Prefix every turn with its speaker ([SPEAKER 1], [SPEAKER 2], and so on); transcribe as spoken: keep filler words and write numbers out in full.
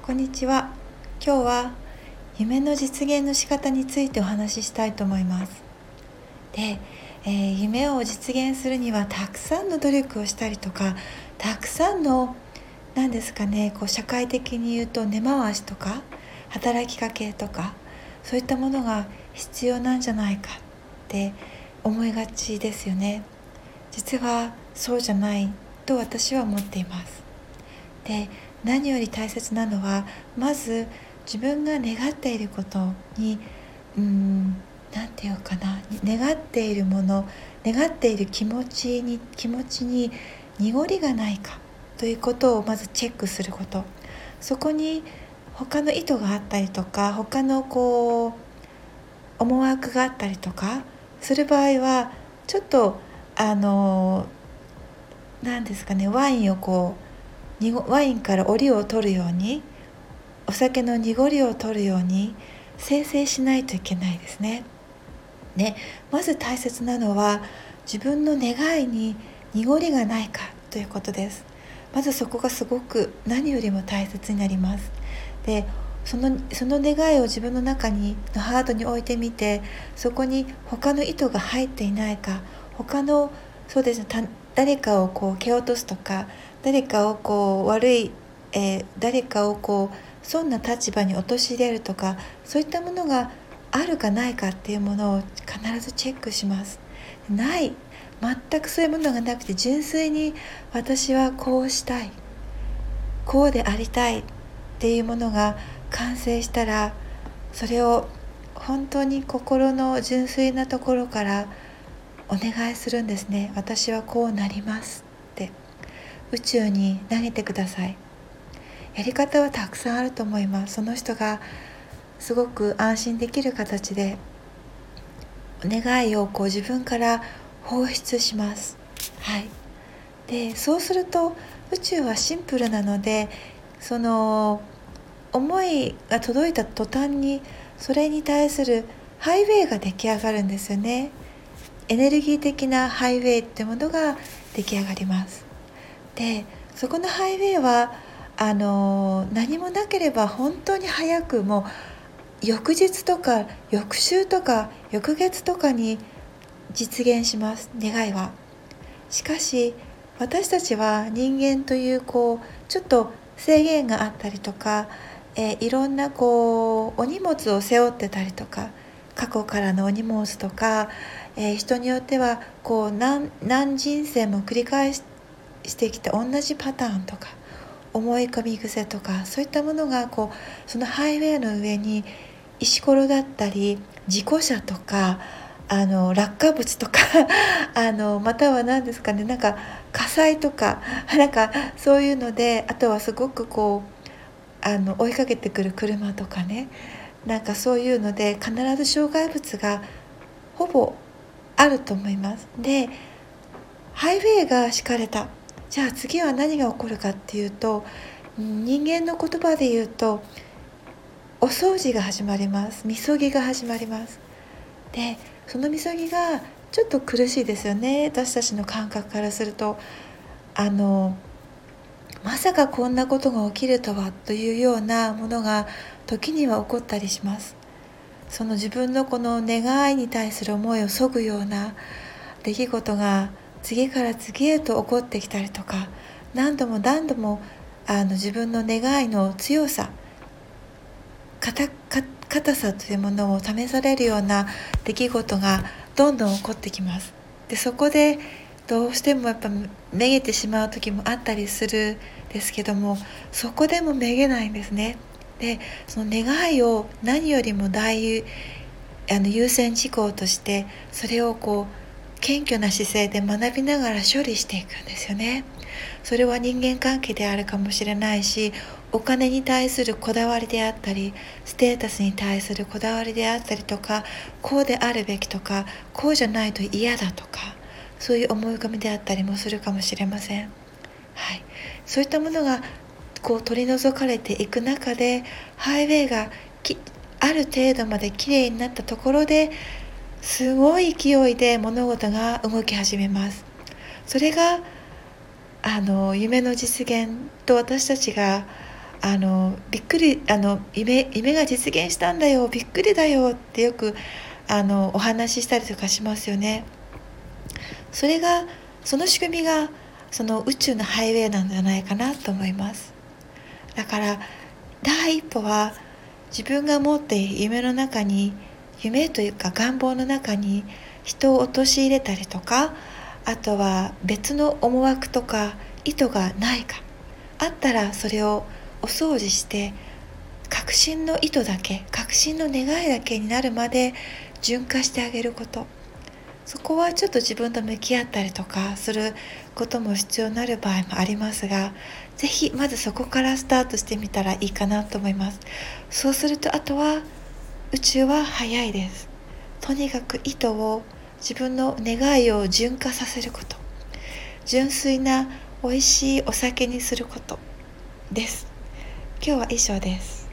[SPEAKER 1] こんにちは。今日は夢の実現の仕方についてお話ししたいと思います。で、えー夢を実現するにはたくさんの努力をしたりとか、たくさんの何ですかね、こう社会的に言うと根回しとか働きかけとか、そういったものが必要なんじゃないかって思いがちですよね。実はそうじゃないと私は思っています。で、何より大切なのは、まず自分が願っていることに、うーん、なんていうかな、願っているもの、願っている気持ちに気持ちに濁りがないかということをまずチェックすること。そこに他の意図があったりとか、他のこう思惑があったりとかする場合は、ちょっとあの何ですかね、ワインをこうにごワインから折を取るように、お酒の濁りを取るように生成しないといけないですね。ね、まず大切なのは自分の願いに濁りがないかということです。まずそこがすごく何よりも大切になります。で、そのその願いを自分の中にのハートに置いてみて、そこに他の意図が入っていないか、他のそうですね、た誰かをこう蹴落とすとか、誰かをこう悪い、えー誰かをこうそんな立場に陥れるとか、そういったものがあるかないかっていうものを必ずチェックします。ない、全くそういうものがなくて、純粋に私はこうしたい、こうでありたいっていうものが完成したら、それを本当に心の純粋なところからお願いするんですね。私はこうなりますって宇宙に投げてください。やり方はたくさんあると思います。その人がすごく安心できる形でお願いをこう自分から放出します。はい。で、そうすると宇宙はシンプルなので、その思いが届いた途端にそれに対するハイウェイが出来上がるんですよね。エネルギー的なハイウェイってものが出来上がります。で、そこのハイウェイはあの何もなければ本当に早く、もう翌日とか翌週とか翌月とかに実現します、願いは。しかし私たちは人間というこうちょっと制限があったりとか、えーいろんなこうお荷物を背負ってたりとか、過去からのお荷物とか、えー人によってはこう何何人生も繰り返ししてきた同じパターンとか、思い込み癖とか、そういったものがこうそのハイウェイの上に石ころだったり事故車とか、あの落下物とかあのまたは何ですかね、なんか火災とかなんかそういうので、あとはすごくこうあの追いかけてくる車とかね、なんかそういうので必ず障害物がほぼあると思います。で、ハイウェイが敷かれた、じゃあ次は何が起こるかっていうと、人間の言葉で言うとお掃除が始まります。みそぎが始まります。で、そのみそぎがちょっと苦しいですよね、私たちの感覚からすると。あのまさかこんなことが起きるとはというようなものが時には起こったりします。その自分のこの願いに対する思いをそぐような出来事が次から次へと起こってきたりとか、何度も何度もあの自分の願いの強さ、硬硬さというものを試されるような出来事がどんどん起こってきます。で、そこでどうしてもやっぱめげてしまう時もあったりするんですけども、そこでもめげないんですね。で、その願いを何よりも大あの優先事項として、それをこう謙虚な姿勢で学びながら処理していくんですよね。それは人間関係であるかもしれないし、お金に対するこだわりであったり、ステータスに対するこだわりであったりとか、こうであるべきとか、こうじゃないと嫌だとか、そういう思い込みであったりもするかもしれません。はい、そういったものがこう取り除かれていく中で、ハイウェイがきある程度まできれいになったところで、すごい勢いで物事が動き始めます。それがあの夢の実現と私たちがあのびっくりあの夢、夢が実現したんだよ、びっくりだよってよくあのお話ししたりとかしますよね。それがその仕組みがその宇宙のハイウェイなんじゃないかなと思います。だから第一歩は自分が持っている夢の中に、夢というか願望の中に人を陥れたりとか、あとは別の思惑とか意図がないか、あったらそれをお掃除して、確信の意図だけ、確信の願いだけになるまで順化してあげること、そこはちょっと自分と向き合ったりとかすることも必要になる場合もありますが、ぜひまずそこからスタートしてみたらいいかなと思います。そうするとあとは宇宙は早いです。とにかく意図を、自分の願いを順化させること、純粋な美味しいお酒にすることです。今日は以上です。